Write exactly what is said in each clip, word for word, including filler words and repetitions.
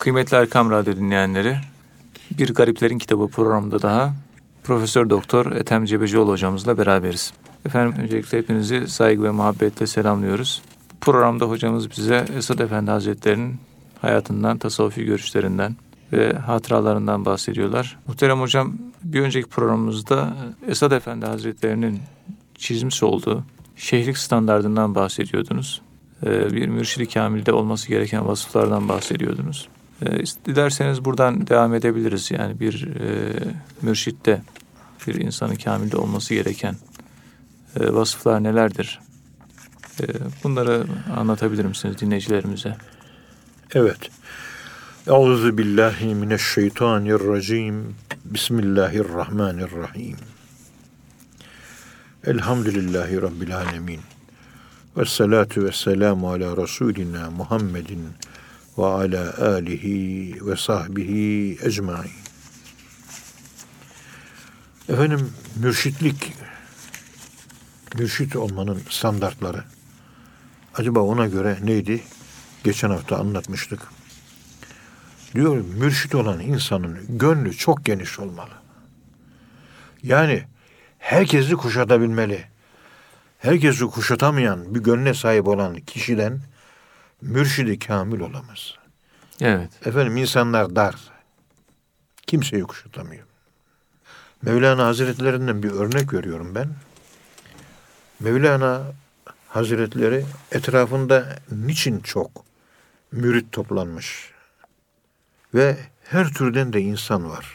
Kıymetli Erkam Radyo dinleyenleri, Bir Gariplerin Kitabı programında daha Profesör Doktor Ethem Cebecioğlu hocamızla beraberiz. Efendim, öncelikle hepinizi saygı ve muhabbetle selamlıyoruz. Bu programda hocamız bize Esad Efendi Hazretleri'nin hayatından, tasavvufi görüşlerinden ve hatıralarından bahsediyorlar. Muhterem hocam, bir önceki programımızda Esad Efendi Hazretleri'nin çizmiş olduğu şeyhlik standardından bahsediyordunuz. Bir mürşid-i kamilde olması gereken vasıflardan bahsediyordunuz. Dilerseniz buradan devam edebiliriz. Yani bir e, mürşitte, bir insanın kamilde olması gereken e, vasıflar nelerdir? E, bunları anlatabilir misiniz dinleyicilerimize? Evet. Euzu billahi mineşşeytanirracim. Bismillahirrahmanirrahim. Elhamdülillahi Rabbil alemin. Vessalatu vesselamu ala Resulina Muhammedin ve ala alihi ve sahbihi ecmaîn. Efendim, mürşitlik, mürşit olmanın standartları acaba ona göre neydi? Geçen hafta anlatmıştık. Diyor, mürşit olan insanın gönlü çok geniş olmalı. Yani herkesi kuşatabilmeli. Herkesi kuşatamayan bir gönle sahip olan kişiden mürşid-i kamil olamaz. Evet. Efendim, insanlar dar. Kimseyi kuşatamıyor. Mevlana Hazretlerinden bir örnek veriyorum ben. Mevlana Hazretleri etrafında niçin çok mürit toplanmış? Ve her türden de insan var.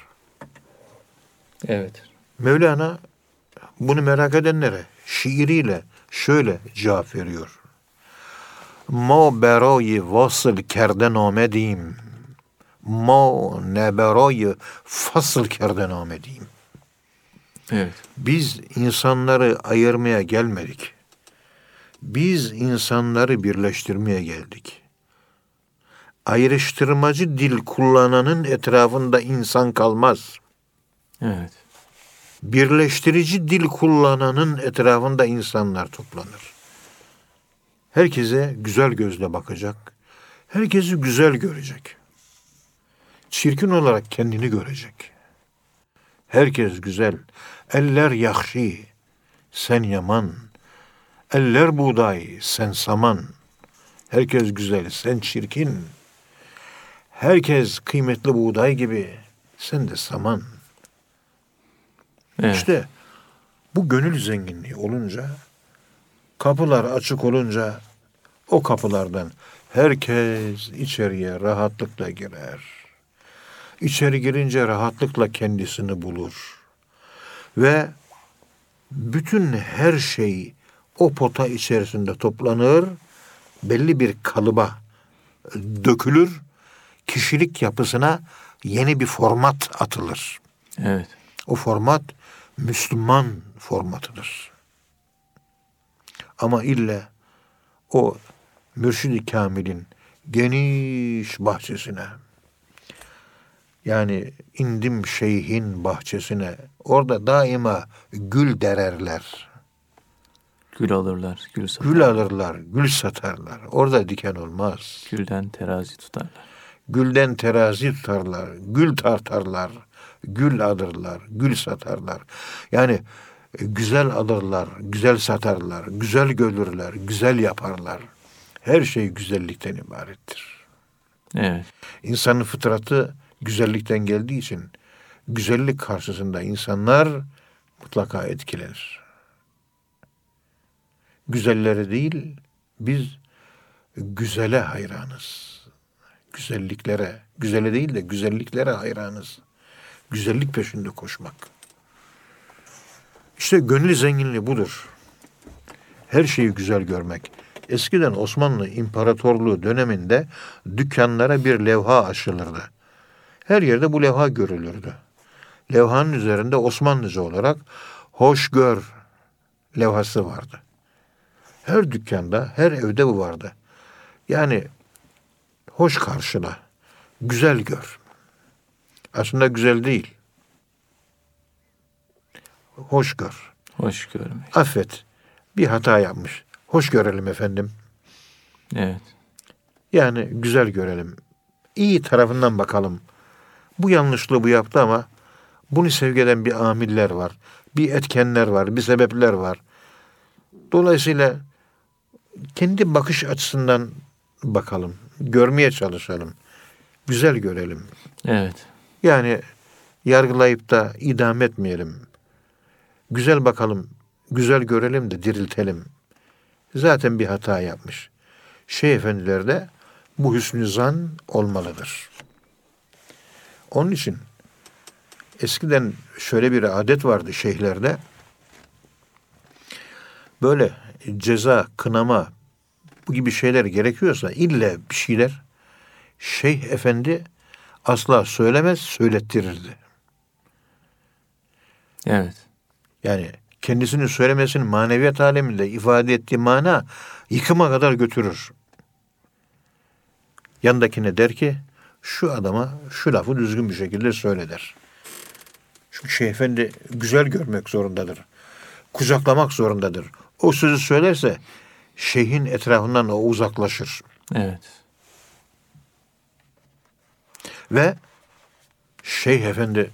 Evet. Mevlana bunu merak edenlere şiiriyle şöyle cevap veriyor. Ma berayı vasıl kerden amediyim. Ma ne berayı fasıl kerden amediyim. Evet. Biz insanları ayırmaya gelmedik. Biz insanları birleştirmeye geldik. Ayrıştırmacı dil kullananın etrafında insan kalmaz. Evet. Birleştirici dil kullananın etrafında insanlar toplanır. Herkese güzel gözle bakacak. Herkesi güzel görecek. Çirkin olarak kendini görecek. Herkes güzel. Eller yahşi, sen yaman. Eller buğday, sen saman. Herkes güzel, sen çirkin. Herkes kıymetli buğday gibi, sen de saman. Evet. İşte bu gönül zenginliği olunca, kapılar açık olunca o kapılardan herkes içeriye rahatlıkla girer. İçeri girince rahatlıkla kendisini bulur. Ve bütün her şey o pota içerisinde toplanır, belli bir kalıba dökülür, kişilik yapısına yeni bir format atılır. Evet. O format Müslüman formatıdır. Ama ille o Mürşid-i Kamil'in geniş bahçesine, yani indim şeyhin bahçesine, orada daima gül dererler. Gül alırlar, gül satarlar. Gül alırlar, gül satarlar. Orada diken olmaz. Gülden terazi tutarlar. Gülden terazi tutarlar, gül tartarlar, gül alırlar, gül satarlar. Yani güzel alırlar, güzel satarlar, güzel görürler, güzel yaparlar. Her şey güzellikten ibarettir. Evet. İnsanın fıtratı güzellikten geldiği için güzellik karşısında insanlar mutlaka etkilenir. Güzellere değil, biz güzele hayranız. Güzelliklere, güzele değil de güzelliklere hayranız. Güzellik peşinde koşmak. İşte gönül zenginliği budur. Her şeyi güzel görmek. Eskiden Osmanlı İmparatorluğu döneminde dükkanlara bir levha aşılırdı. Her yerde bu levha görülürdü. Levhanın üzerinde Osmanlıca olarak hoş gör levhası vardı. Her dükkanda, her evde bu vardı. Yani hoş karşıla, güzel gör. Aslında güzel değil. Hoş gör. Hoş görmek. Affet. Bir hata yapmış. Hoş görelim efendim. Evet. Yani güzel görelim. iyi tarafından bakalım. Bu yanlışlığı bu yaptı ama bunu sevk eden bir amiller var. Bir etkenler var, bir sebepler var. Dolayısıyla kendi bakış açısından bakalım. Görmeye çalışalım. Güzel görelim. Evet. Yani yargılayıp da idam etmeyelim. Güzel bakalım, güzel görelim de diriltelim. Zaten bir hata yapmış. Şeyh efendilerde bu hüsnü zan olmalıdır. Onun için eskiden şöyle bir adet vardı şeyhlerde. Böyle ceza, kınama bu gibi şeyler gerekiyorsa ille bir şeyler şeyh efendi asla söylemez, söylettirirdi. Evet. Yani kendisinin söylemesinin maneviyat aleminde ifade ettiği mana yıkıma kadar götürür. Yanındakine der ki şu adama şu lafı düzgün bir şekilde söyle der. Çünkü Şeyh Efendi güzel görmek zorundadır. Kucaklamak zorundadır. O sözü söylerse şeyhin etrafından o uzaklaşır. Evet. Ve Şeyh Efendi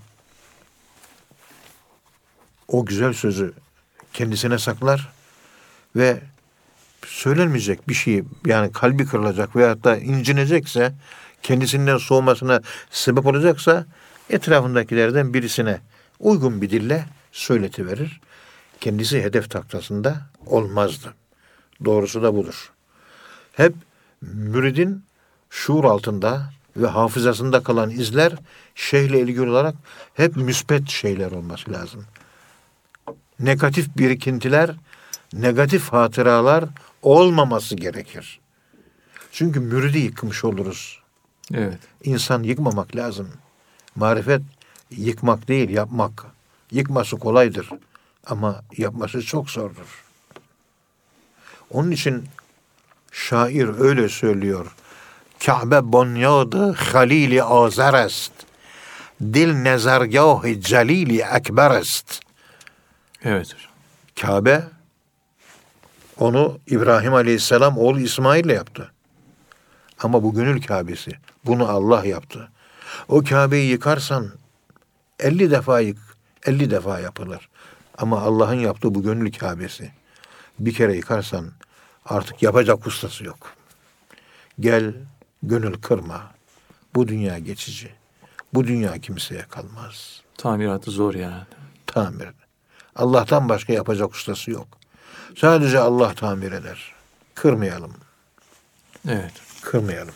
o güzel sözü kendisine saklar ve söylenmeyecek bir şey, yani kalbi kırılacak veyahut da incinecekse, kendisinden soğumasına sebep olacaksa etrafındakilerden birisine uygun bir dille söyletiverir. Kendisi hedef taklasında olmazdı. Doğrusu da budur. Hep müridin şuur altında ve hafızasında kalan izler şeyhle ilgili olarak hep müspet şeyler olması lazım. Negatif birikintiler, negatif hatıralar olmaması gerekir. Çünkü müridi yıkmış oluruz. Evet. İnsan yıkmamak lazım. Marifet yıkmak değil, yapmak. Yıkması kolaydır ama yapması çok zordur. Onun için şair öyle söylüyor. Kabe bunyadı halili azar est. Dil nezargâh-ı celili ekber est. Evet hocam. Kabe onu İbrahim Aleyhisselam oğlu İsmail'le yaptı. Ama bu gönül Kabe'si. Bunu Allah yaptı. O Kabe'yi yıkarsan elli defa yık, elli defa yapılır. Ama Allah'ın yaptığı bu gönül Kabe'si. Bir kere yıkarsan artık yapacak ustası yok. Gel, gönül kırma. Bu dünya geçici. Bu dünya kimseye kalmaz. Tamiratı zor yani. Tamir. Allah'tan başka yapacak ustası yok. Sadece Allah tamir eder. Kırmayalım. Evet. Kırmayalım.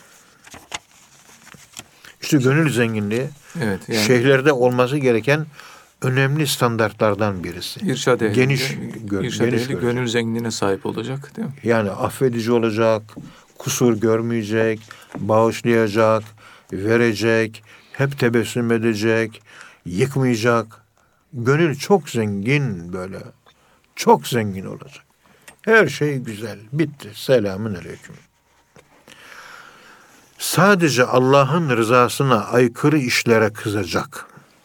İşte gönül zenginliği Evet. Yani şeyhlerde olması gereken önemli standartlardan birisi. İrşad ehli, Geniş, gö- irşad geniş ehli görecek. gönül zenginliğine sahip olacak değil mi? Yani affedici olacak, kusur görmeyecek, bağışlayacak, verecek, hep tebessüm edecek, yıkmayacak. Gönül çok zengin böyle. Çok zengin olacak. Her şey güzel. Bitti. Selamün aleyküm. Sadece Allah'ın rızasına aykırı işlere kızacak.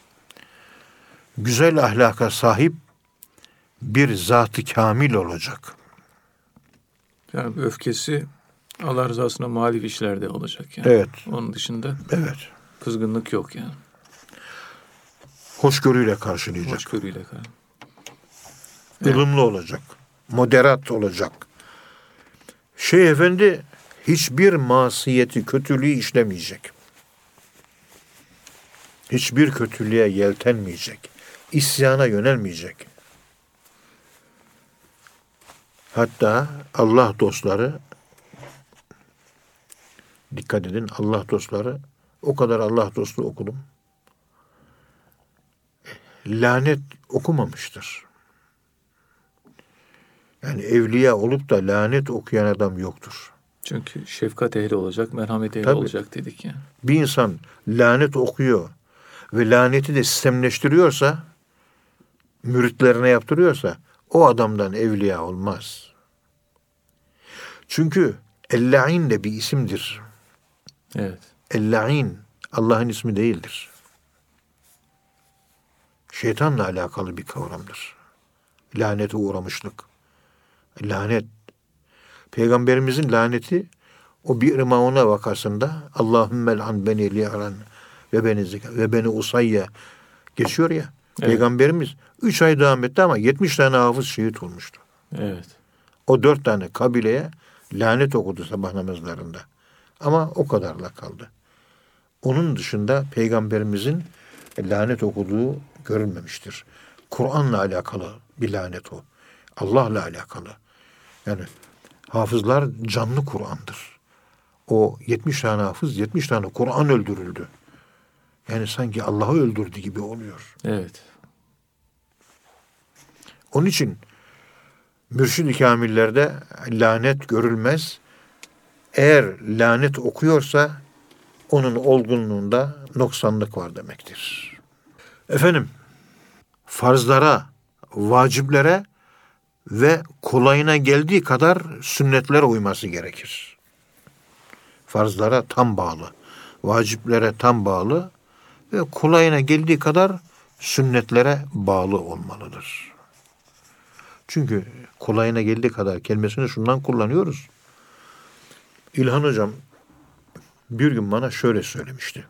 Güzel ahlaka sahip bir zat-ı kamil olacak. Yani öfkesi Allah rızasına muhalif işlerde olacak yani. Evet. Onun dışında Evet. kızgınlık yok yani. Hoşgörüyle karşılayacak. Hoşgörüyle karşı. Evet. ılımlı olacak. Moderat olacak. Şeyh Efendi hiçbir masiyeti, kötülüğü işlemeyecek. Hiçbir kötülüğe yeltenmeyecek. İsyana yönelmeyecek. Hatta Allah dostları, dikkat edin, Allah dostları, o kadar Allah dostu okudum. Lanet okumamıştır. Yani evliya olup da lanet okuyan adam yoktur. Çünkü şefkat ehli olacak, merhamet ehli Tabii. olacak dedik yani. Bir insan lanet okuyor ve laneti de sistemleştiriyorsa, müritlerine yaptırıyorsa, o adamdan evliya olmaz. Çünkü El-La'in de bir isimdir. Evet. El-La'in Allah'ın ismi değildir. Şeytanla alakalı bir kavramdır. Lanete uğramışlık. Lanet. Peygamberimizin laneti O bir mauna vakasında Allahümmel an beni li'ran ve beni zika ve beni usayya geçiyor ya. Evet. Peygamberimiz üç ay devam etti ama yetmiş tane hafız şehit olmuştu. Evet. O dört tane kabileye lanet okudu sabah namazlarında. Ama o kadarla kaldı. Onun dışında Peygamberimizin lanet okuduğu görülmemiştir. Kur'an'la alakalı bir lanet o. Allah'la alakalı. Yani hafızlar canlı Kur'an'dır. O yetmiş tane hafız, yetmiş tane Kur'an öldürüldü. Yani sanki Allah'ı öldürdü gibi oluyor. Evet. Onun için mürşid-i kamillerde lanet görülmez. Eğer lanet okuyorsa onun olgunluğunda noksanlık var demektir. Efendim, farzlara, vaciplere ve kolayına geldiği kadar sünnetlere uyması gerekir. Farzlara tam bağlı, vaciplere tam bağlı ve kolayına geldiği kadar sünnetlere bağlı olmalıdır. Çünkü kolayına geldiği kadar kelimesini şundan kullanıyoruz. İlhan Hocam bir gün bana şöyle söylemişti.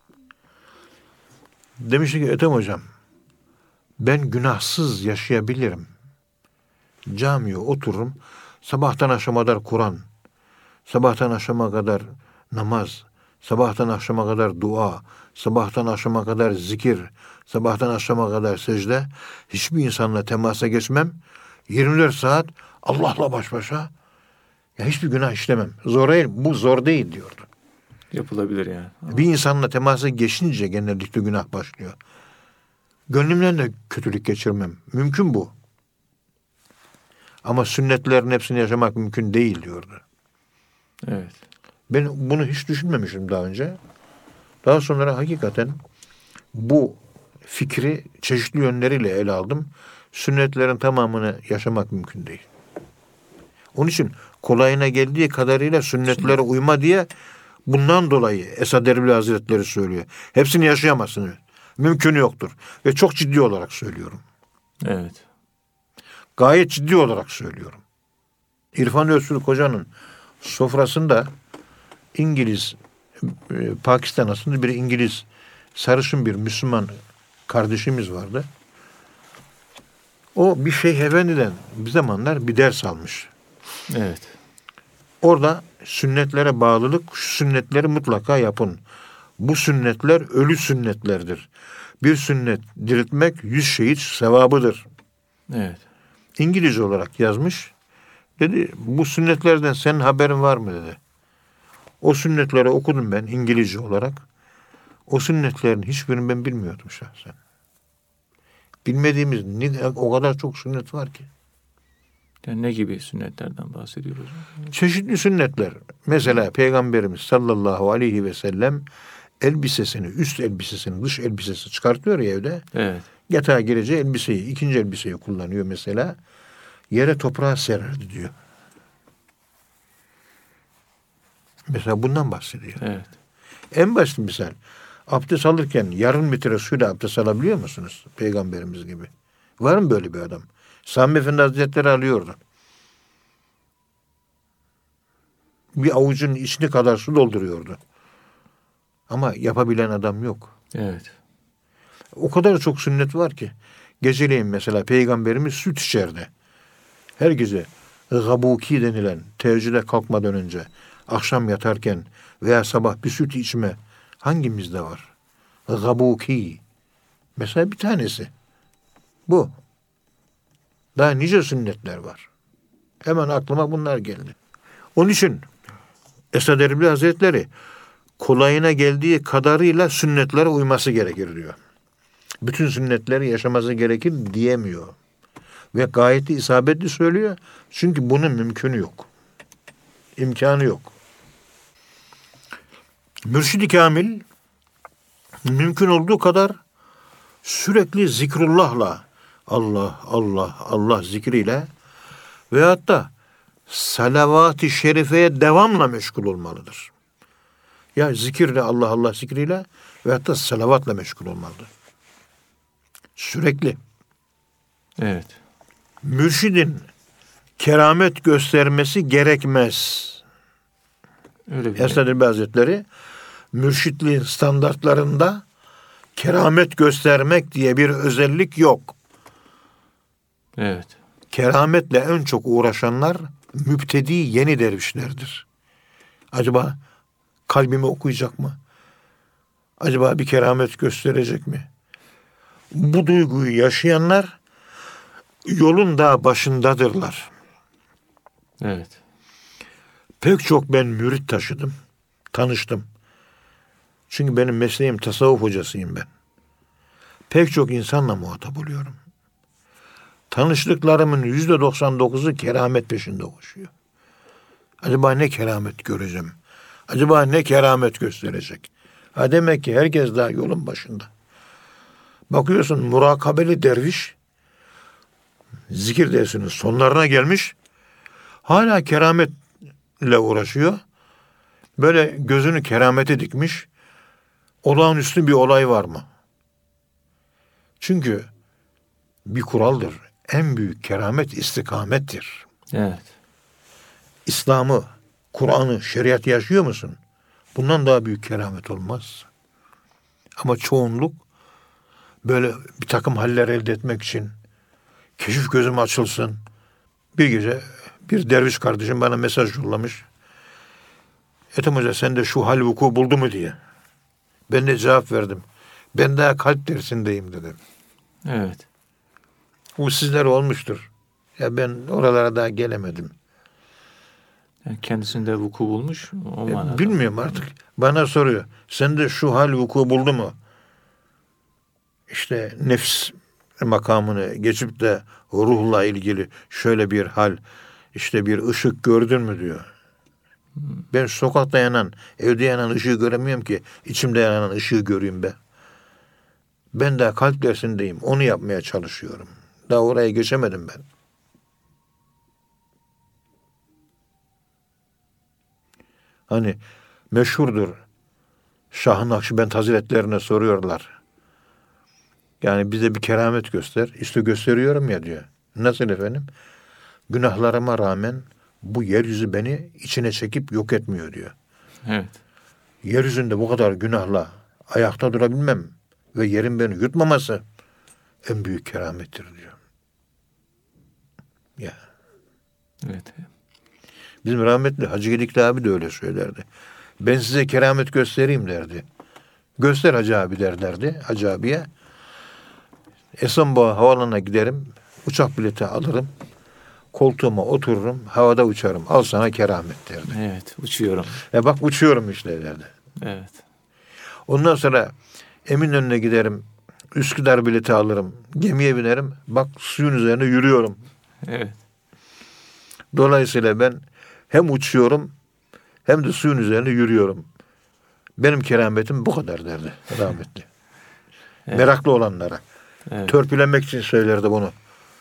Demişti ki Ethem Hocam, ben günahsız yaşayabilirim. Camiye otururum, sabahtan akşama kadar Kur'an, sabahtan akşama kadar namaz, sabahtan akşama kadar dua, sabahtan akşama kadar zikir, sabahtan akşama kadar secde, hiçbir insanla temasa geçmem, yirmi dört saat Allah'la baş başa, ya hiçbir günah işlemem. Zor değil, bu zor değil diyordu. Yapılabilir yani. Ama... Bir insanla temasa geçince genellikle günah başlıyor. Gönlümden de kötülük geçirmem. Mümkün bu. Ama sünnetlerin hepsini yaşamak mümkün değil diyordu. Evet. Ben bunu hiç düşünmemiştim daha önce. Daha sonra hakikaten bu fikri çeşitli yönleriyle ele aldım. Sünnetlerin tamamını yaşamak mümkün değil. Onun için kolayına geldiği kadarıyla sünnetlere Sünnet. uyma diye bundan dolayı Esad Erbil Hazretleri söylüyor. Hepsini yaşayamazsın. Mümkün yoktur. Ve çok ciddi olarak söylüyorum. Evet. Gayet ciddi olarak söylüyorum. İrfan Öztürk Hoca'nın sofrasında İngiliz, Pakistan aslında bir İngiliz sarışın bir Müslüman kardeşimiz vardı. O bir Şeyh Efendi'den bir zamanlar bir ders almış. Evet. Orada sünnetlere bağlılık, şu sünnetleri mutlaka yapın. Bu sünnetler ölü sünnetlerdir. Bir sünnet diriltmek yüz şehit sevabıdır. Evet. İngilizce olarak yazmış. Dedi bu sünnetlerden senin haberin var mı dedi. O sünnetleri okudum ben İngilizce olarak. O sünnetlerin hiçbirini ben bilmiyordum şahsen. Bilmediğimiz ne, o kadar çok sünnet var ki. Yani ne gibi sünnetlerden bahsediyoruz? Çeşitli sünnetler. Mesela Peygamberimiz sallallahu aleyhi ve sellem elbisesini, üst elbisesini, dış elbisesi çıkartıyor ya evde. Evet. Yatağa gireceği elbiseyi, ikinci elbiseyi kullanıyor mesela. Yere toprağa sererdi diyor. Mesela bundan bahsediyor. Evet. En basit misal. Abdest alırken yarım litre suyla abdest alabiliyor musunuz? Peygamberimiz gibi. Var mı böyle bir adam? Sami Efendi Hazretleri alıyordu. Bir avucun içini kadar su dolduruyordu. Ama yapabilen adam yok. Evet. O kadar çok sünnet var ki. Geceleyin mesela Peygamberimiz süt içerdi. Her gece gabuki denilen teheccüde kalkmadan önce akşam yatarken veya sabah bir süt içme hangimizde var? Gabuki. Mesela bir tanesi. Bu. Daha nice sünnetler var. Hemen aklıma bunlar geldi. Onun için Esad Erbil Hazretleri kolayına geldiği kadarıyla sünnetlere uyması gerekir diyor. Bütün sünnetleri yaşaması gerekir diyemiyor. Ve gayet isabetli söylüyor. Çünkü bunun mümkünü yok. İmkanı yok. Mürşid-i Kamil mümkün olduğu kadar sürekli zikrullahla Allah, Allah, Allah zikriyle veyahut da salavat-ı şerifeye devamla meşgul olmalıdır. Ya zikirle, Allah, Allah zikriyle veyahut da salavatla meşgul olmalıdır. Sürekli. Evet. Mürşidin keramet göstermesi gerekmez. Öyle bir Esad Erbil Hazretleri mürşitliğin standartlarında keramet göstermek diye bir özellik yok. Evet. Kerametle en çok uğraşanlar müptedi yeni dervişlerdir. Acaba kalbimi okuyacak mı? Acaba bir keramet gösterecek mi? Bu duyguyu yaşayanlar yolun daha başındadırlar. Evet. Pek çok ben mürit taşıdım, tanıştım. Çünkü benim mesleğim tasavvuf hocasıyım ben. Pek çok insanla muhatap oluyorum. Tanıştıklarımın yüzde doksan dokuzu keramet peşinde koşuyor. Acaba ne keramet göreceğim? Acaba ne keramet gösterecek? Ha demek ki herkes daha yolun başında. Bakıyorsun murakabeli derviş zikir dersinin sonlarına gelmiş. Hala kerametle uğraşıyor. Böyle gözünü keramete dikmiş. Olağanüstü bir olay var mı? Çünkü bir kuraldır. En büyük keramet istikamettir. Evet. İslam'ı, Kur'an'ı, şeriatı yaşıyor musun? Bundan daha büyük keramet olmaz. Ama çoğunluk böyle bir takım haller elde etmek için keşif gözüm açılsın. Bir gece bir derviş kardeşim bana mesaj yollamış. Ethem Hoca sende şu hal vuku buldu mu diye. Ben de cevap verdim. Ben daha kalp dersindeyim dedim. Evet. Bu sizlere olmuştur. Ya ben oralara daha gelemedim. Yani kendisinde vuku bulmuş. O E, manada. bilmiyorum artık. Bana soruyor. Sende şu hal vuku buldu mu? İşte nefs makamını geçip de ruhla ilgili şöyle bir hal, işte bir ışık gördün mü diyor. Ben sokakta yanan, evde yanan ışığı göremiyorum ki içimde yanan ışığı göreyim be. Ben daha kalp dersindeyim. Onu yapmaya çalışıyorum. Daha oraya geçemedim ben. Hani meşhurdur. Şah-ı Nakşibend Hazretlerine soruyorlar. Yani bize bir keramet göster. İşte gösteriyorum ya diyor. Nasıl efendim? Günahlarıma rağmen bu yeryüzü beni içine çekip yok etmiyor diyor. Evet. Yeryüzünde bu kadar günahla ayakta durabilmem ve yerin beni yutmaması en büyük keramettir diyor. Ya. Evet. Bizim rahmetli Hacı Gedikli abi de öyle söylerdi. Ben size keramet göstereyim derdi. Göster Hacı abi derlerdi Hacı abiye. Esenboğa havaalanına giderim. Uçak bileti alırım. Koltuğuma otururum. Havada uçarım. Al sana keramet derdi. Evet. Uçuyorum. E bak uçuyorum işte derdi. Evet. Ondan sonra Eminönü'ne giderim. Üsküdar bileti alırım. Gemiye binerim. Bak suyun üzerine yürüyorum. Evet. Dolayısıyla ben hem uçuyorum hem de suyun üzerine yürüyorum. Benim kerametim bu kadar derdi rahmetli. Evet. Meraklı olanlara. Evet. Törpülemek için söylerdi bunu.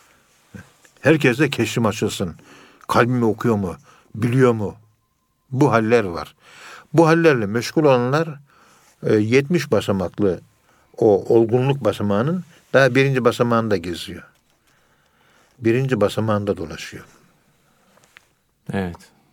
Herkes de keşfim açılsın. Kalbimi okuyor mu? Biliyor mu? Bu haller var. Bu hallerle meşgul olanlar yetmiş basamaklı o olgunluk basamağının daha birinci basamağında geziyor. Birinci basamağında dolaşıyor. Evet.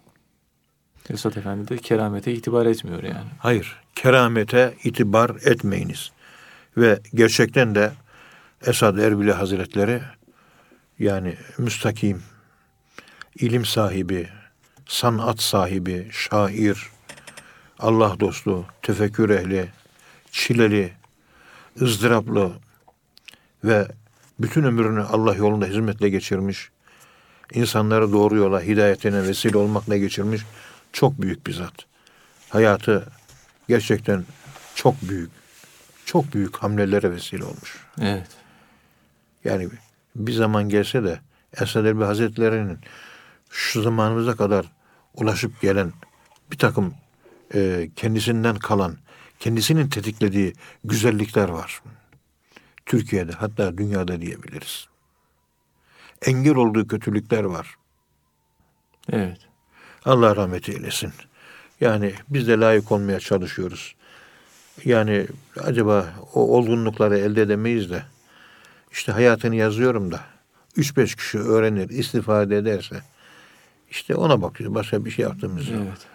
Esad Efendi de keramete itibar etmiyor yani. Hayır, keramete itibar etmeyiniz. Ve gerçekten de Esad Erbil Hazretleri yani müstakim, ilim sahibi, sanat sahibi, şair, Allah dostu, tefekkür ehli, çileli, ızdıraplı ve bütün ömrünü Allah yolunda hizmetle geçirmiş, insanları doğru yola, hidayetine vesile olmakla geçirmiş çok büyük bir zat. Hayatı gerçekten çok büyük, çok büyük hamlelere vesile olmuş. Evet. Yani bir zaman gelse de Esad Erbil Hazretleri'nin şu zamanımıza kadar ulaşıp gelen bir takım e, kendisinden kalan, kendisinin tetiklediği güzellikler var. Türkiye'de hatta dünyada diyebiliriz. Engel olduğu kötülükler var. Evet. Allah rahmet eylesin. Yani biz de layık olmaya çalışıyoruz. Yani acaba o olgunlukları elde edemeyiz de işte hayatını yazıyorum da üç beş kişi öğrenir, istifade ederse işte ona bakıyoruz. Başka bir şey yaptığımız yok. Evet.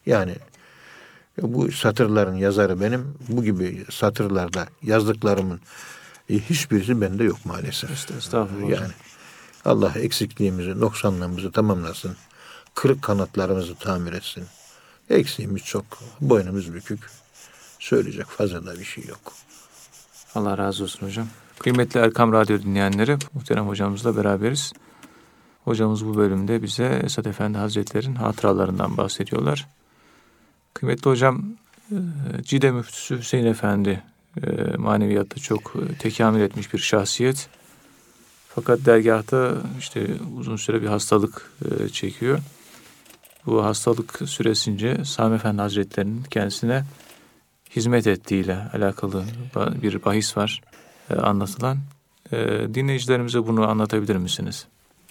Yani bu satırların yazarı benim. Bu gibi satırlarda yazdıklarımın e, hiçbirisi bende yok maalesef. İşte, estağfurullah hocam. Yani Allah eksikliğimizi, noksanlığımızı tamamlasın. Kırık kanatlarımızı tamir etsin. Eksiğimiz çok. Boynumuz bükük. Söyleyecek fazla da bir şey yok. Allah razı olsun hocam. Kıymetli Erkam Radyo dinleyenleri, muhterem hocamızla beraberiz. Hocamız bu bölümde bize Esad Efendi Hazretleri'nin hatıralarından bahsediyorlar. Kıymetli hocam, Cide Müftüsü Hüseyin Efendi maneviyatta çok tekamül etmiş bir şahsiyet. Fakat dergahta işte uzun süre bir hastalık çekiyor. Bu hastalık süresince Sami Efendi Hazretleri'nin kendisine hizmet ettiğiyle alakalı bir bahis var anlatılan. Dinleyicilerimize bunu anlatabilir misiniz?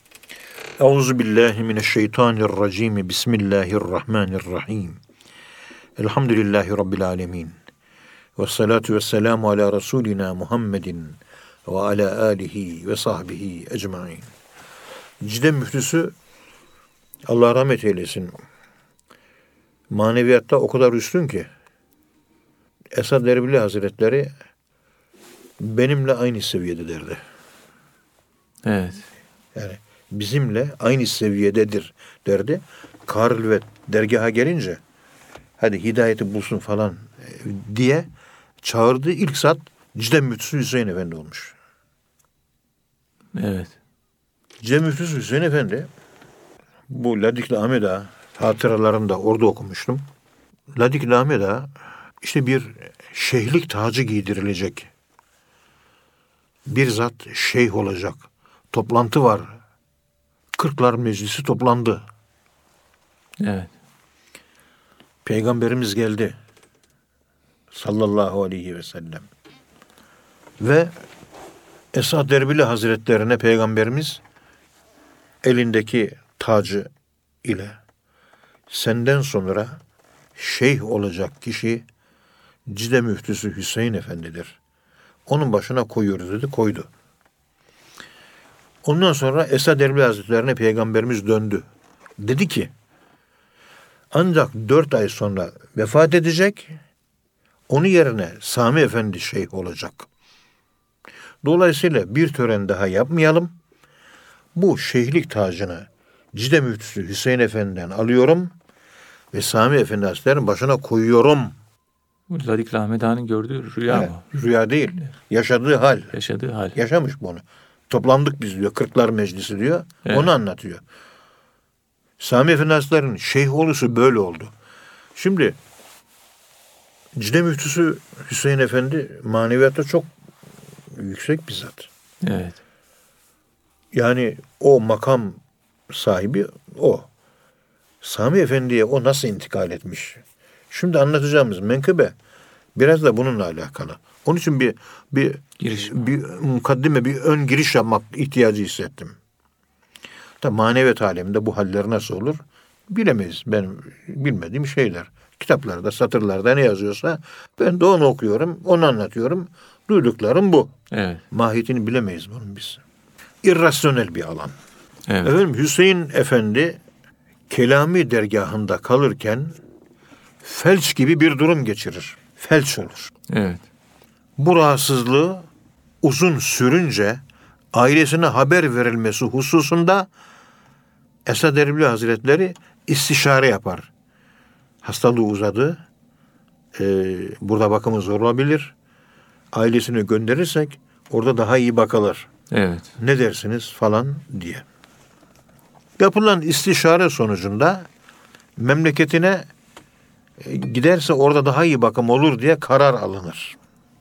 Euzubillahimineşşeytanirracim. Bismillahirrahmanirrahim. Elhamdülillahi Rabbil alemin. Ve salatu ve selamu ala Resulina Muhammedin ve ala alihi ve sahbihi ecmain. Cide müftüsü, Allah rahmet eylesin, maneviyatta o kadar üstün ki Esad Erbili Hazretleri benimle aynı seviyede derdi. Evet. Yani bizimle aynı seviyededir derdi. Karılvet dergaha gelince hadi hidayeti bulsun falan diye çağırdığı ilk zat Cide Müftüsü Hüseyin Efendi olmuş. Evet. Cide Müftüsü Hüseyin Efendi, bu Ladikli Ahmet Ağa hatıralarında orada okumuştum. Ladikli Ahmet Ağa işte bir şeyhlik tacı giydirilecek. Bir zat şeyh olacak. Toplantı var. Kırklar Meclisi toplandı. Evet. Peygamberimiz geldi. Sallallahu aleyhi ve sellem. Ve Esad Erbili Hazretlerine Peygamberimiz elindeki tacı ile senden sonra şeyh olacak kişi Cide Müftüsü Hüseyin Efendi'dir. Onun başına koyuyoruz dedi, koydu. Ondan sonra Esad Erbili Hazretlerine Peygamberimiz döndü. Dedi ki, ancak dört ay sonra vefat edecek, onun yerine Sami Efendi şeyh olacak. Dolayısıyla bir tören daha yapmayalım. Bu şeyhlik tacını Cide Müftüsü Hüseyin Efendi'den alıyorum ve Sami Efendi Hazretleri'nin başına koyuyorum. Bu Ladikli Ahmet Ağa'nın gördüğü rüya Evet, mı? Rüya değil. Yaşadığı hal. Yaşadığı hal. Yaşamış bunu. Toplandık biz diyor. Kırklar Meclisi diyor. Evet. Onu anlatıyor. Sami Efendi Hazretleri'nin şeyh olusu böyle oldu. Şimdi Cide Müftüsü Hüseyin Efendi maneviyatta çok yüksek bir zat. Evet. Yani o makam sahibi o. Sami Efendi'ye o nasıl intikal etmiş? Şimdi anlatacağımız menkıbe biraz da bununla alakalı. Onun için bir bir Giriş. bir mukaddime, bir ön giriş yapmak ihtiyacı hissettim. Tabi maneviyat aleminde bu haller nasıl olur? Bilemeyiz. Benim bilmediğim şeyler. Kitaplarda, satırlarda ne yazıyorsa ben de onu okuyorum, onu anlatıyorum. Duyduklarım bu. Evet. Mahiyetini bilemeyiz bunun biz. İrrasyonel bir alan. Evet. Efendim Hüseyin Efendi Kelami dergahında kalırken felç gibi bir durum geçirir. Felç olur. Evet. Bu rahatsızlığı uzun sürünce ailesine haber verilmesi hususunda Esad Erbili Hazretleri istişare yapar. Hastalığı uzadı. Ee, burada bakımı zor olabilir. Ailesini gönderirsek orada daha iyi bakılır. Evet. Ne dersiniz falan diye. Yapılan istişare sonucunda memleketine giderse orada daha iyi bakım olur diye karar alınır.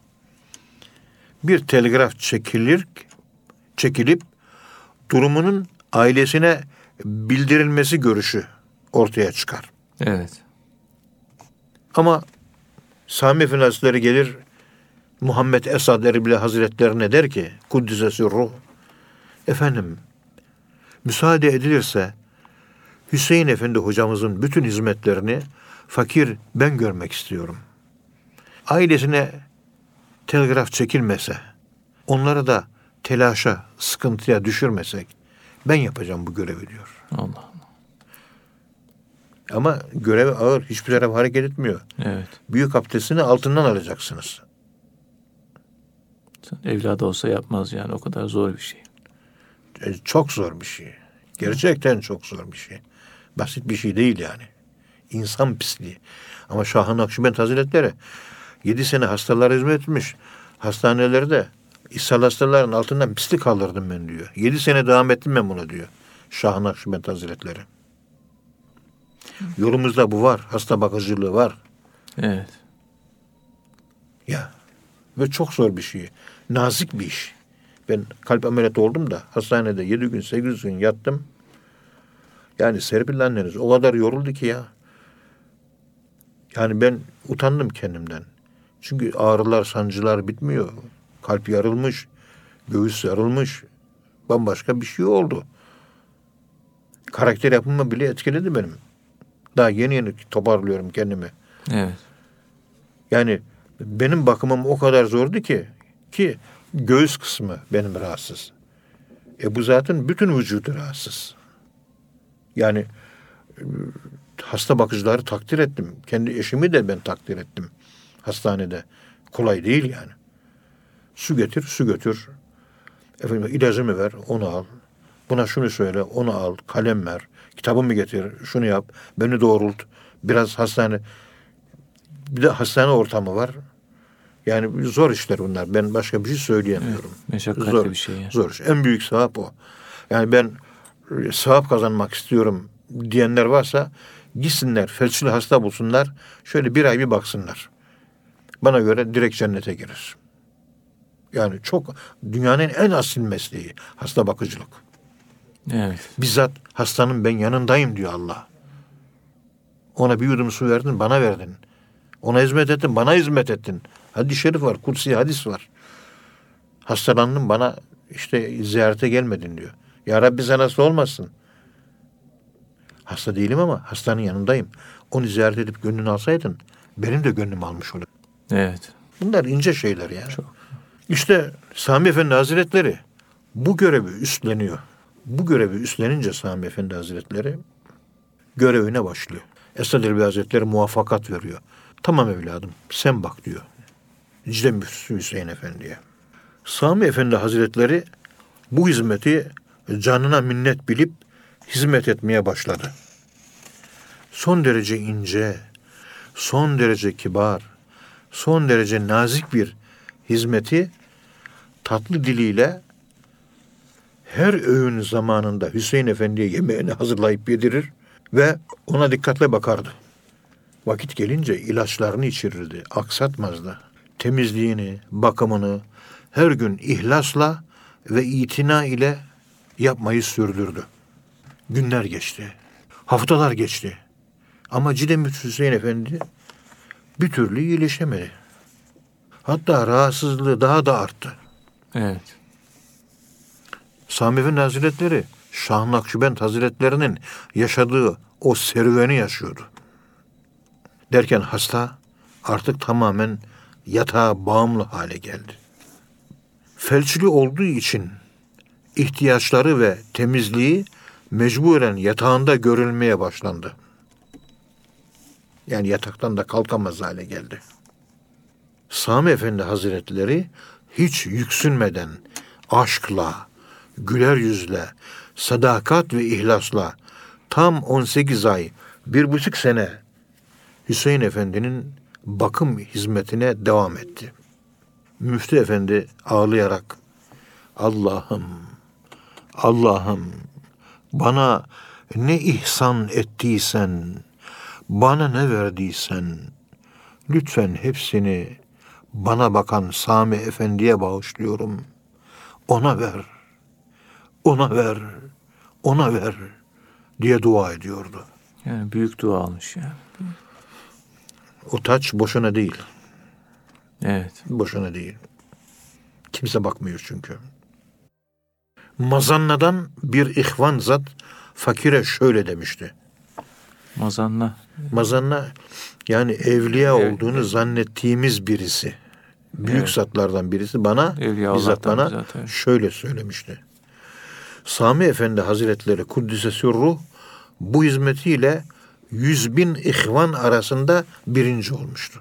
Bir telgraf çekilir, çekilip durumunun ailesine bildirilmesi görüşü ortaya çıkar. Evet. Ama Sami Efendi Hazretleri gelir, Muhammed Esad Erbili Hazretlerine der ki, Kuddisesi ruh, efendim, müsaade edilirse Hüseyin Efendi hocamızın bütün hizmetlerini fakir ben görmek istiyorum. Ailesine telgraf çekilmese, onları da telaşa, sıkıntıya düşürmesek ben yapacağım bu görevi diyor. Allah Allah. Ama görevi ağır. Hiçbir taraf hareket etmiyor. Evet. Büyük abdestini altından alacaksınız. Evladı olsa yapmaz yani. O kadar zor bir şey. E, çok zor bir şey. Gerçekten çok zor bir şey. Basit bir şey değil yani. İnsan pisliği. Ama Şah-ı Nakşibend Hazretleri yedi sene hastalara hizmet etmiş. Hastanelerde ishal hastaların altından pislik kaldırdım ben diyor. Yedi sene devam ettim ben buna diyor. Şah-ı Nakşibend Hazretleri. Yolumuzda bu var. Hasta bakıcılığı var. Evet. Ya. Ve çok zor bir şey. Nazik bir iş. Ben kalp ameliyatı oldum da hastanede yedi gün sekiz gün yattım. Yani Serpil anneniz o kadar yoruldu ki ya. Yani ben utandım kendimden. Çünkü ağrılar, sancılar bitmiyor. Kalp yarılmış, göğüs yarılmış. Bambaşka bir şey oldu. Karakter yapımı bile etkiledi benim. Daha yeni yeni toparlıyorum kendimi. Evet. Yani benim bakımım o kadar zordu ki ki göğüs kısmı benim rahatsız. E bu zaten bütün vücudu rahatsız. Yani e, hasta bakıcıları takdir ettim. Kendi eşimi de ben takdir ettim hastanede. Kolay değil yani. Su getir, su götür. Efendim ilacımı ver, onu al. Buna şunu söyle, onu al. Kalem ver. Kitabımı getir, şunu yap. Beni doğrult. Biraz hastane. Bir de hastane ortamı var. Yani zor işler bunlar. Ben başka bir şey söyleyemiyorum. Evet, meşakkatli zor, bir şey. Yani. Zor iş. En büyük sevap o. Yani ben e, sevap kazanmak istiyorum diyenler varsa gitsinler, felçli hasta bulsunlar. Şöyle bir ay bir baksınlar. Bana göre direkt cennete girer. Yani çok dünyanın en asil mesleği hasta bakıcılık. Evet. Bizzat hastanın ben yanındayım diyor Allah. Ona bir yudum su verdin, bana verdin. Ona hizmet ettin, bana hizmet ettin. Hadis-i şerif var, kutsi hadis var. Hastalandın, bana işte ziyarete gelmedin diyor. Ya Rabbi sen hasta olmasın. Hasta değilim ama hastanın yanındayım. Onu ziyaret edip gönlünü alsaydın, benim de gönlümü almış olur. Evet. Bunlar ince şeyler ya. Çok. İşte Sami Efendi Hazretleri bu görevi üstleniyor. Bu görevi üstlenince Sami Efendi Hazretleri görevine başlıyor. Esad Erbil Hazretleri muvaffakat veriyor. Tamam evladım sen bak diyor. Dicle Müftüsü Hüseyin Efendi'ye. Sami Efendi Hazretleri bu hizmeti canına minnet bilip hizmet etmeye başladı. Son derece ince, son derece kibar, son derece nazik bir hizmeti tatlı diliyle her öğün zamanında Hüseyin Efendi'ye yemeğini hazırlayıp yedirir ve ona dikkatle bakardı. Vakit gelince ilaçlarını içirirdi, aksatmazdı. Temizliğini, bakımını her gün ihlasla ve itina ile yapmayı sürdürdü. Günler geçti, haftalar geçti. Ama Cidemüt Hüseyin Efendi bir türlü iyileşemedi. Hatta rahatsızlığı daha da arttı. Evet. Sami Efendi Hazretleri Şah-ı Nakşibend Hazretlerinin yaşadığı o serüveni yaşıyordu. Derken hasta artık tamamen yatağa bağımlı hale geldi. Felçli olduğu için ihtiyaçları ve temizliği mecburen yatağında görülmeye başlandı. Yani yataktan da kalkamaz hale geldi. Sami Efendi Hazretleri hiç yüksünmeden aşkla, güler yüzle, sadakat ve ihlasla tam on sekiz ay, bir buçuk sene Hüseyin Efendi'nin bakım hizmetine devam etti. Müftü Efendi ağlayarak Allah'ım, Allah'ım bana ne ihsan ettiysen, bana ne verdiysen lütfen hepsini bana bakan Sami Efendi'ye bağışlıyorum. Ona ver, ona ver, ona ver diye dua ediyordu. Yani büyük dua almış yani. O taç boşuna değil. Evet. Boşuna değil. Kimse bakmıyor çünkü. Mazannadan bir ihvan zat fakire şöyle demişti. Mazanna. Mazanna yani evliya Evet. olduğunu zannettiğimiz birisi. Büyük Evet. zatlardan birisi bana Evliya bizzat Allah'tan bana zaten. şöyle söylemişti. Sami Efendi Hazretleri Kuddise Sürruh bu hizmetiyle yüz bin ihvan arasında birinci olmuştu.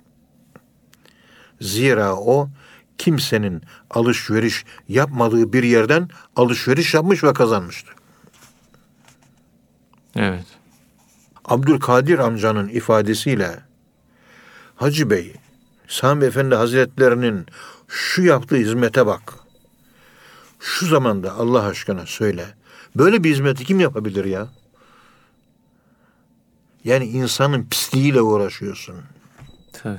Zira o kimsenin alışveriş yapmadığı bir yerden alışveriş yapmış ve kazanmıştı. Evet. Abdülkadir amcanın ifadesiyle Hacı Bey, Sami Efendi Hazretlerinin şu yaptığı hizmete bak. Şu zamanda Allah aşkına söyle. Böyle bir hizmeti kim yapabilir ya? Yani insanın pisliğiyle uğraşıyorsun. Tabii.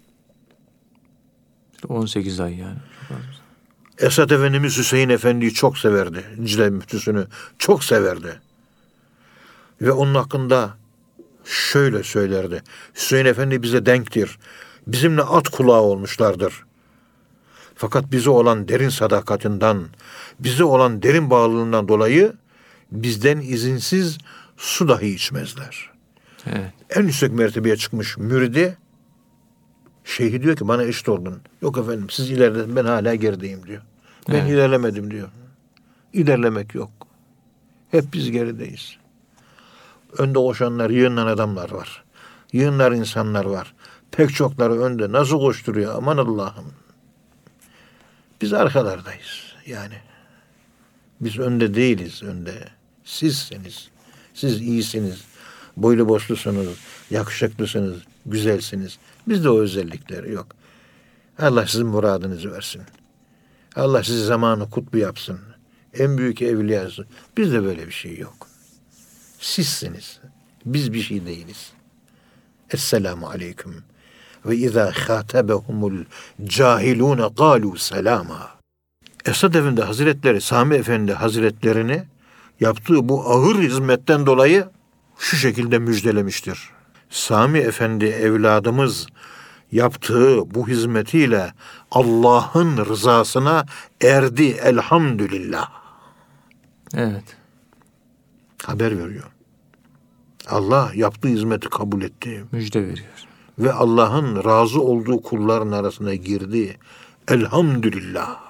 on sekiz ay yani. Esad Efendimiz Hüseyin Efendi'yi çok severdi. Cile müftüsünü çok severdi. Ve onun hakkında şöyle söylerdi. Hüseyin Efendi bize denktir. Bizimle at kulağı olmuşlardır. Fakat bize olan derin sadakatinden, bize olan derin bağlılığından dolayı bizden izinsiz su dahi içmezler. Evet. En yüksek mertebeye çıkmış müridi, şeyhi diyor ki bana eşit oldun. Yok efendim siz ilerledin, ben hala gerideyim diyor. Ben Evet. ilerlemedim diyor. İlerlemek yok. Hep biz gerideyiz. Önde koşanlar, yığınlanan adamlar var. Yığınlar insanlar var. Pek çokları önde. Nasıl koşturuyor? Aman Allah'ım. Biz arkalardayız. Yani. Biz önde değiliz. Önde. Sizsiniz. Siz iyisiniz. Boylu boşlusunuz. Yakışıklısınız. Güzelsiniz. Bizde o özellikleri yok. Allah sizin muradınızı versin. Allah sizi zamanı kutbu yapsın. En büyük evliyası. Bizde böyle bir şey yok. Sizsiniz. Biz bir şey değiliz. Esselamu aleyküm. Ve izâ khâtebehumul cahilûne kâlû selâmâ. Esad Efendi Hazretleri, Sami Efendi Hazretlerini yaptığı bu ağır hizmetten dolayı şu şekilde müjdelemiştir. Sami Efendi evladımız yaptığı bu hizmetiyle Allah'ın rızasına erdi elhamdülillah. Evet. Haber veriyor. Allah yaptığı hizmeti kabul etti. Müjde veriyor. Ve Allah'ın razı olduğu kulların arasına girdi. Elhamdülillah.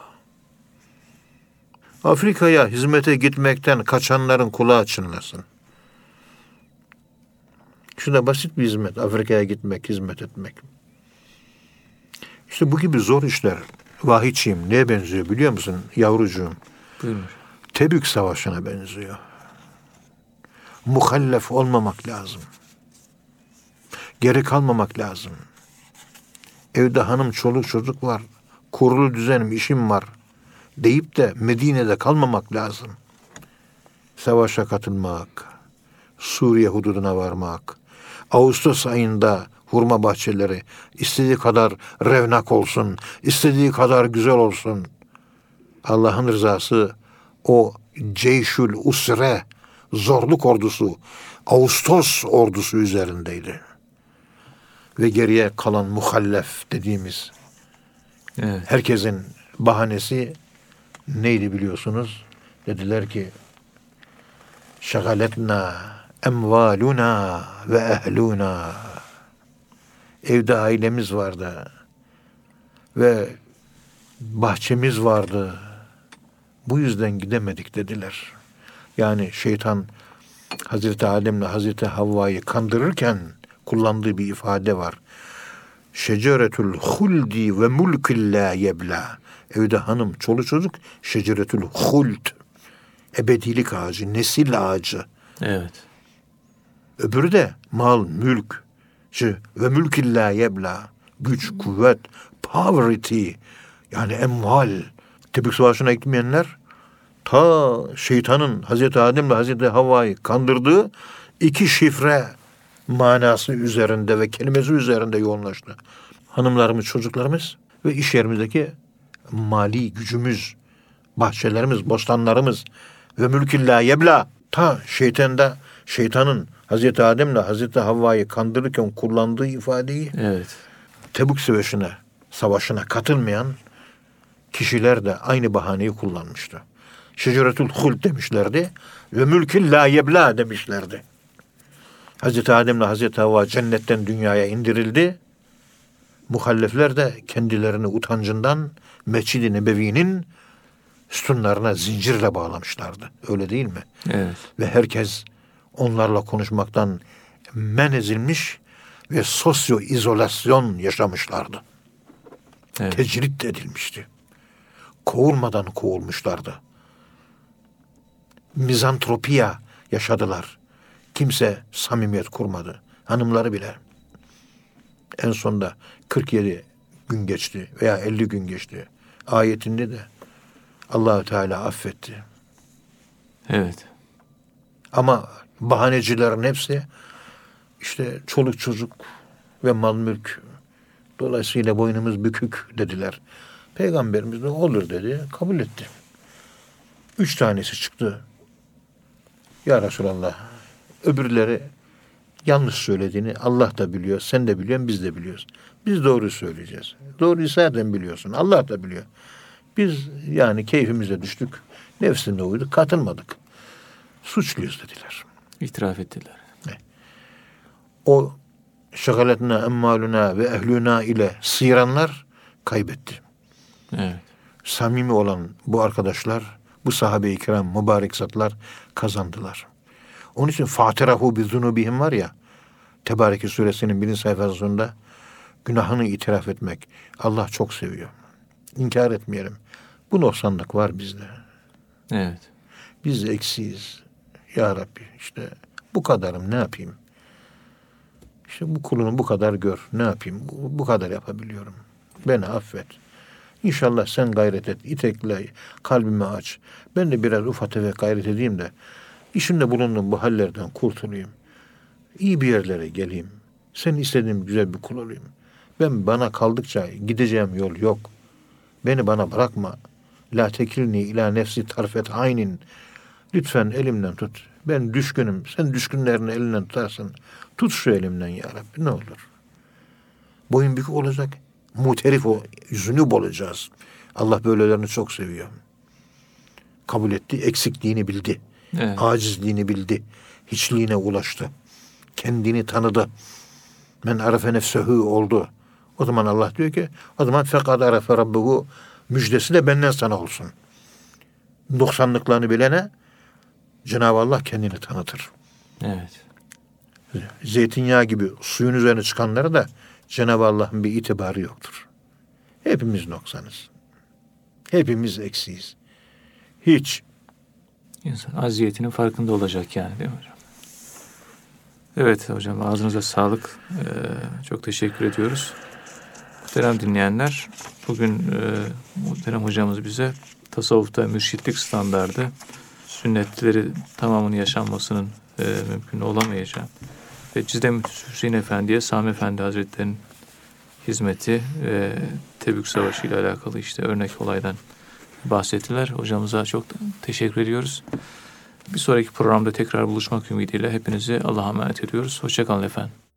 Afrika'ya hizmete gitmekten kaçanların kulağı çınlasın. Şurada basit bir hizmet. Afrika'ya gitmek, hizmet etmek. İşte bu gibi zor işler. Vahidçiyim. Neye benziyor biliyor musun yavrucuğum? Buyurun. Tebük Savaşı'na benziyor. Muhallef olmamak lazım. Geri kalmamak lazım. Evde hanım, çoluk, çocuk var. Kurulu düzenim, işim var. Deyip de Medine'de kalmamak lazım. Savaşa katılmak, Suriye hududuna varmak, Ağustos ayında hurma bahçeleri istediği kadar revnak olsun, istediği kadar güzel olsun. Allah'ın rızası o Ceyşül Usre, zorluk ordusu, Ağustos ordusu üzerindeydi. Ve geriye kalan muhallef dediğimiz Evet. herkesin bahanesi neydi biliyorsunuz? Dediler ki şagaletna emvaluna ve ehluna. Evde ailemiz vardı ve bahçemiz vardı. Bu yüzden gidemedik dediler. Yani şeytan Hazreti Adem'le Hazreti Havva'yı kandırırken kullandığı bir ifade var. Şeceretül huldi ve mulkil la yebla. Evde hanım, çoluk çocuk şeceretül huld. Ebedilik ağacı, nesil ağacı. Evet. Öbürü de mal, mülk. Ve mülkil la yebla. Güç, kuvvet, poverty. Yani emval. Tebük Savaşı'na gitmeyenler ta şeytanın Hazreti Adem'le Hazreti Havva'yı kandırdığı iki şifre manası üzerinde ve kelimesi üzerinde yoğunlaştı. Hanımlarımız, çocuklarımız ve iş yerimizdeki mali gücümüz, bahçelerimiz, bostanlarımız ve mülkil la yebla. Ta şeytanda, şeytanın Hazreti Adem'le Hazreti Havva'yı kandırırken kullandığı ifadeyi Evet. Tebük Savaşı'na, savaşına katılmayan kişiler de aynı bahaneyi kullanmıştı. Şeceretül huld demişlerdi ve mülkil la yebla demişlerdi. Hazreti Adem'le Hazreti Havva cennetten dünyaya indirildi. Muhallefler de kendilerini utancından Mescid-i Nebevi'nin sütunlarına zincirle bağlamışlardı. Öyle değil mi? Evet. Ve herkes onlarla konuşmaktan men edilmiş ve sosyo izolasyon yaşamışlardı. Evet. Tecrit edilmişti. Kovulmadan kovulmuşlardı. Mizantropiya yaşadılar. Kimse samimiyet kurmadı. Hanımları bile. En sonunda kırk yedi gün geçti veya elli gün geçti. Ayetinde de Allah-u Teala affetti. Evet. Ama bahanecilerin hepsi işte çoluk çocuk ve mal mülk. Dolayısıyla boynumuz bükük dediler. Peygamberimiz de olur dedi. Kabul etti. Üç tanesi çıktı. Ya Resulallah, öbürleri yanlış söylediğini Allah da biliyor, sen de biliyorsun, biz de biliyoruz. Biz doğru söyleyeceğiz. Doğruyu zaten biliyorsun, Allah da biliyor. Biz yani keyfimize düştük, nefsine uyduk, katılmadık. Suçluyuz dediler. İtiraf ettiler. O şagaletna emmaluna ve ehluna ile sıyıranlar kaybetti. Evet. Samimi olan bu arkadaşlar, bu sahabe-i kiram, mübarek zatlar kazandılar. Onun için fatirahu bi zunubihim var ya, Tebareke suresinin birinci sayfasında günahını itiraf etmek. Allah çok seviyor. İnkar etmeyelim. Bu noksanlık var bizde. Evet. Biz eksiyiz. Ya Rabbi işte bu kadarım, ne yapayım? İşte bu kulunu bu kadar gör. Ne yapayım? Bu, bu kadar yapabiliyorum. Beni affet. İnşallah sen gayret et. İtekle kalbimi aç. Ben de biraz ufak tefek gayret edeyim de İçinde bulunduğum bu hallerden kurtulayım. İyi bir yerlere geleyim. Senin istediğin güzel bir kul olayım. Ben bana kaldıkça gideceğim yol yok. Beni bana bırakma. La tekilni ila nefsi tarfet aynin. Lütfen elimden tut. Ben düşkünüm. Sen düşkünlerini elinden tutarsın. Tut şu elimden ya Rabbi, ne olur. Boyun bükük olacak. Muterif o. Zünub olacağız. Allah böylelerini çok seviyor. Kabul etti. Eksikliğini bildi. Evet. Acizliğini bildi. Hiçliğine ulaştı. Kendini tanıdı. Men arefe nefsehu oldu. O zaman Allah diyor ki, o zaman fekad arefe rabbuhu, müjdesi de benden sana olsun. Noksanlıklarını bilene Cenab-ı Allah kendini tanıtır. Evet. Zeytinyağı gibi suyun üzerine çıkanlara da Cenab-ı Allah'ın bir itibarı yoktur. Hepimiz noksanız. Hepimiz eksiyiz. Hiç. İnsan aziyetinin farkında olacak yani, değil mi hocam? Evet hocam, ağzınıza sağlık. Ee, çok teşekkür ediyoruz. Muhterem dinleyenler, bugün e, muhterem hocamız bize tasavvufta mürşitlik standardı, sünnetleri tamamının yaşanmasının e, mümkün olamayacağı ve Cizre Hüseyin Efendi'ye Sami Efendi Hazretleri'nin hizmeti ve Tebük Savaşı ile alakalı işte örnek olaydan bahsettiler. Hocamıza çok teşekkür ediyoruz. Bir sonraki programda tekrar buluşmak ümidiyle hepinizi Allah'a emanet ediyoruz. Hoşça kalın efendim.